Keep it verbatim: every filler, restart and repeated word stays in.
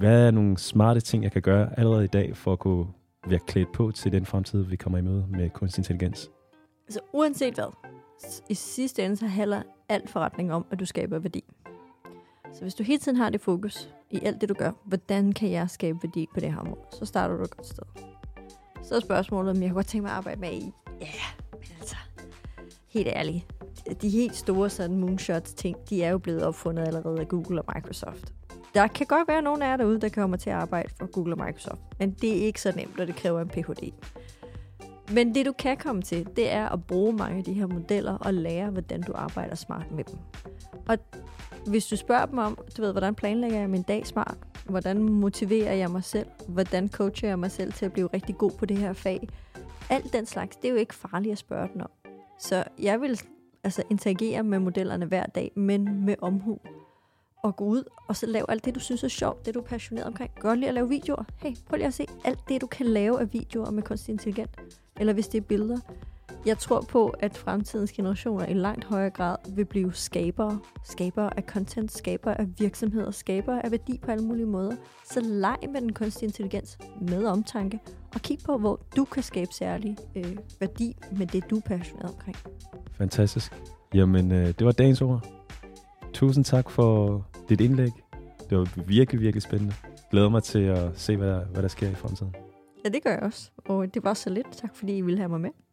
hvad er nogle smarte ting, jeg kan gøre allerede i dag, for at kunne være klædt på til den fremtid, vi kommer i møde med kunstig intelligens? Altså uanset hvad, i sidste ende så handler alt forretning om, at du skaber værdi. Så hvis du hele tiden har det fokus i alt det, du gør, hvordan kan jeg skabe værdi på det her område, så starter du et godt sted. Så er spørgsmålet, om jeg kunne godt tænke mig at arbejde med i. Ja, yeah, men altså, helt ærligt. De helt store sådan moonshots ting, de er jo blevet opfundet allerede af Google og Microsoft. Der kan godt være nogen af jer derude, der kommer til at arbejde for Google og Microsoft, men det er ikke så nemt, og det kræver en P H D. Men det du kan komme til, det er at bruge mange af de her modeller og lære, hvordan du arbejder smart med dem. Og hvis du spørger dem om, du ved, hvordan planlægger jeg min dag smart? Hvordan motiverer jeg mig selv? Hvordan coacher jeg mig selv til at blive rigtig god på det her fag? Alt den slags, det er jo ikke farligt at spørge den om. Så jeg vil altså interagere med modellerne hver dag, men med omhu. Og gå ud og så lave alt det, du synes er sjovt, det du er passioneret omkring. Godt lide at lave videoer. Hey, prøv lige at se alt det, du kan lave af videoer med kunstig intelligens. Eller hvis det er billeder. Jeg tror på, at fremtidens generationer i langt højere grad vil blive skabere. Skabere af content, skabere af virksomheder, skabere af værdi på alle mulige måder. Så leg med den kunstige intelligens med omtanke. Og kig på, hvor du kan skabe særlig øh, værdi med det, du er passioneret omkring. Fantastisk. Jamen, øh, det var dagens ord. Tusind tak for dit indlæg. Det var virkelig, virkelig spændende. Glæder mig til at se, hvad der, hvad der sker i fremtiden. Ja, det gør jeg også. Og det var så lidt. Tak fordi I ville have mig med.